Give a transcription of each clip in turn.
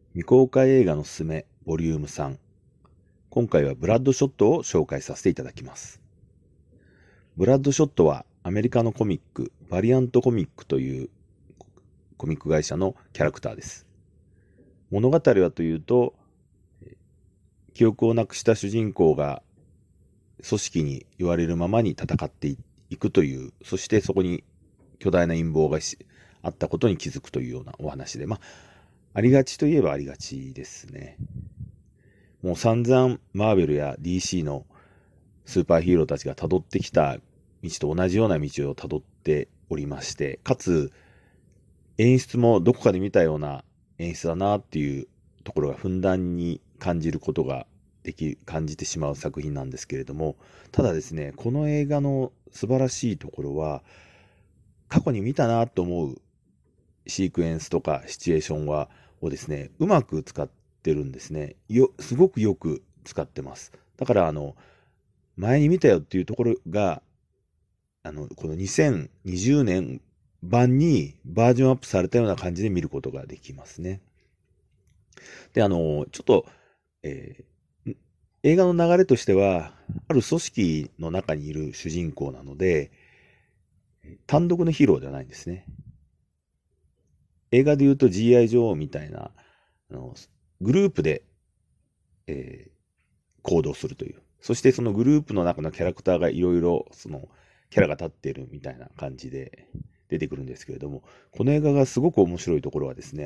未公開映画のすすめボリューム3。今回はブラッドショットを紹介させていただきます。ブラッドショットはアメリカのコミックバリアントコミックというコミック会社のキャラクターです。物語はというと、記憶をなくした主人公が組織に言われるままに戦っていくという、そしてそこに巨大な陰謀があったことに気づくというようなお話で、ありがちといえばありがちですね。もう散々マーベルや DC のスーパーヒーローたちが辿ってきた道と同じような道を辿っておりまして、かつ演出もどこかで見たような演出だなっていうところがふんだんに感じることが感じてしまう作品なんですけれども、ただですね、この映画の素晴らしいところは、過去に見たなと思うシークエンスとかシチュエーションをですね、うまく使ってるんですね。すごくよく使ってます。だから前に見たよっていうところが、この2020年版にバージョンアップされたような感じで見ることができますね。で、ちょっと、え映画の流れとしては、ある組織の中にいる主人公なので、単独のヒーローではないんですね。映画で言うと G.I. ジョーみたいな、グループで、え行動するという。そしてそのグループの中のキャラクターがいろいろそのキャラが立っているみたいな感じで出てくるんですけれども、この映画がすごく面白いところはですね、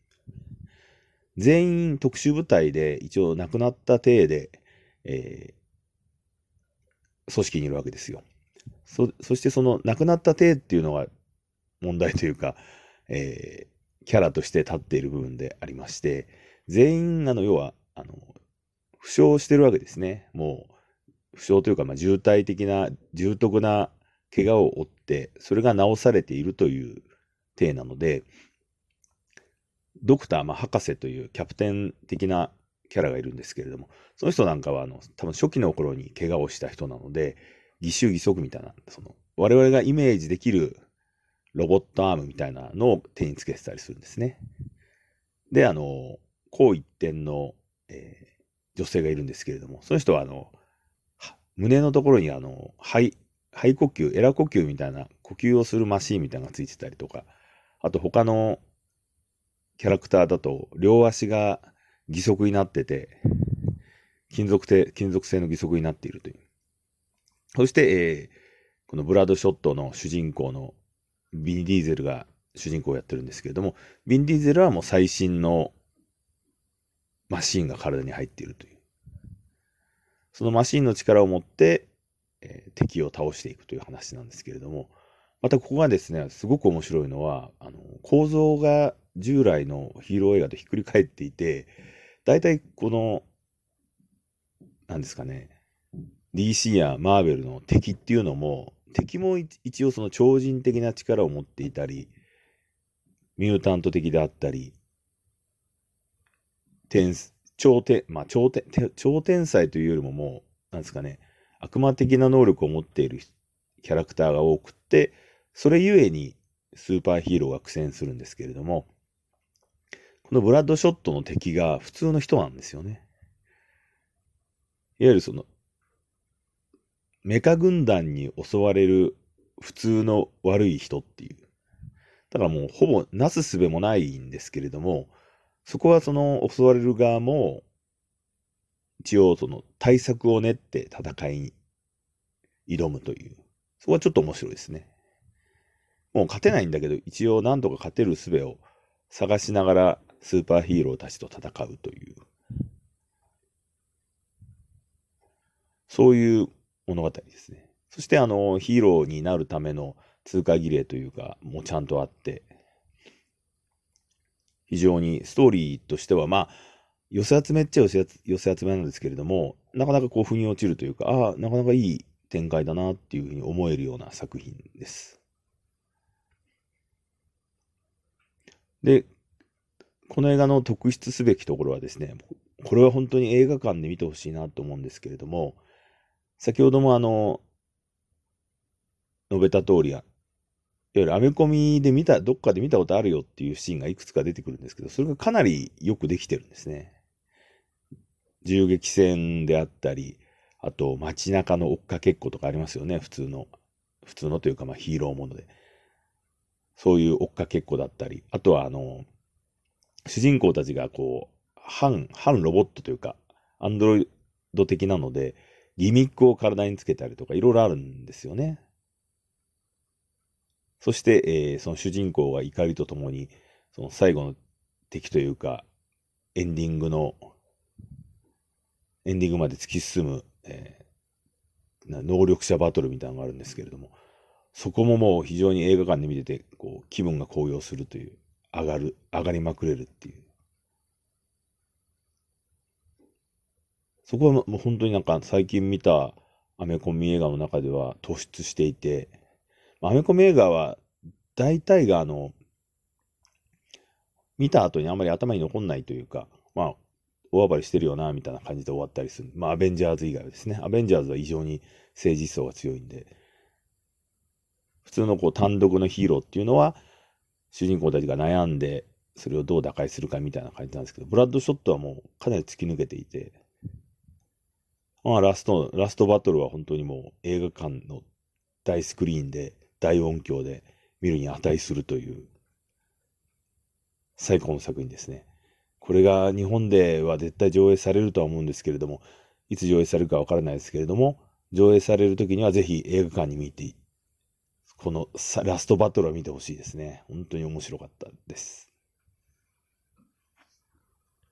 全員特殊部隊で一応亡くなった体で、え組織にいるわけですよ。そしてその亡くなった体っていうのが問題というか、キャラとして立っている部分でありまして、全員要は負傷してるわけですね。もう負傷というか、重篤な怪我を負って、それが治されているという体なので、ドクター、博士というキャプテン的なキャラがいるんですけれども、その人なんかは多分初期の頃に怪我をした人なので、義手義足みたいな、我々がイメージできるロボットアームみたいなのを手につけてたりするんですね。で、こう一点の、女性がいるんですけれども、その人は胸のところに肺呼吸、エラ呼吸みたいな呼吸をするマシーンみたいなのがついてたりとか、あと他のキャラクターだと両足が義足になってて、金属製の義足になっているという。そして、このブラッドショットの主人公のビン・ディーゼルが主人公をやってるんですけれども、ビン・ディーゼルはもう最新のマシーンが体に入っているという。そのマシンの力を持って、敵を倒していくという話なんですけれども、またここがですね、すごく面白いのは、構造が従来のヒーロー映画とひっくり返っていて、大体この、なんですかね、DC やマーベルの敵っていうのも、敵も一応その超人的な力を持っていたり、ミュータント的であったり、天、超天、まあ超天才というよりももう、なんですかね、悪魔的な能力を持っているキャラクターが多くって、それゆえにスーパーヒーローが苦戦するんですけれども、このブラッドショットの敵が普通の人なんですよね。いわゆるその、メカ軍団に襲われる普通の悪い人っていう。だからもうほぼなすすべもないんですけれども、そこはその襲われる側も一応その対策を練って戦いに挑むという。そこはちょっと面白いですね。もう勝てないんだけど、一応何とか勝てる術を探しながらスーパーヒーローたちと戦うという、そういう物語ですね。そしてヒーローになるための通過儀礼というか、もうちゃんとあって、非常にストーリーとしては、寄せ集めっちゃ寄せ集めなんですけれども、なかなかこう、腑に落ちるというか、なかなかいい展開だなっていうふうに思えるような作品です。で、この映画の特筆すべきところはですね、これは本当に映画館で見てほしいなと思うんですけれども、先ほども述べた通り、 ゆるアメコミでどっかで見たことあるよっていうシーンがいくつか出てくるんですけど、それがかなりよくできてるんですね。銃撃戦であったり、あと街中の追っかけっことかありますよね。普通のというかヒーローもので。そういう追っかけっこだったり、あとは主人公たちが反ロボットというか、アンドロイド的なので、ギミックを体につけたりとか、いろいろあるんですよね。そして、その主人公が怒りとともに、その最後の敵というか、エンディングまで突き進む、能力者バトルみたいなのがあるんですけれども、そこももう非常に映画館で見てて、気分が高揚するという、上がりまくれるっていう。そこはもう本当になんか最近見たアメコミ映画の中では突出していて、アメコミ映画は大体が見た後にあんまり頭に残んないというか、大暴れしてるよな、みたいな感じで終わったりする。アベンジャーズ以外はですね。アベンジャーズは異常に政治思想が強いんで、普通の単独のヒーローっていうのは、主人公たちが悩んで、それをどう打開するかみたいな感じなんですけど、ブラッドショットはもうかなり突き抜けていて、ラストバトルは本当にもう映画館の大スクリーンで、大音響で見るに値するという最高の作品ですね。これが日本では絶対上映されるとは思うんですけれども、いつ上映されるかわからないですけれども、上映される時にはぜひ映画館に見て、このラストバトルを見てほしいですね。本当に面白かったです。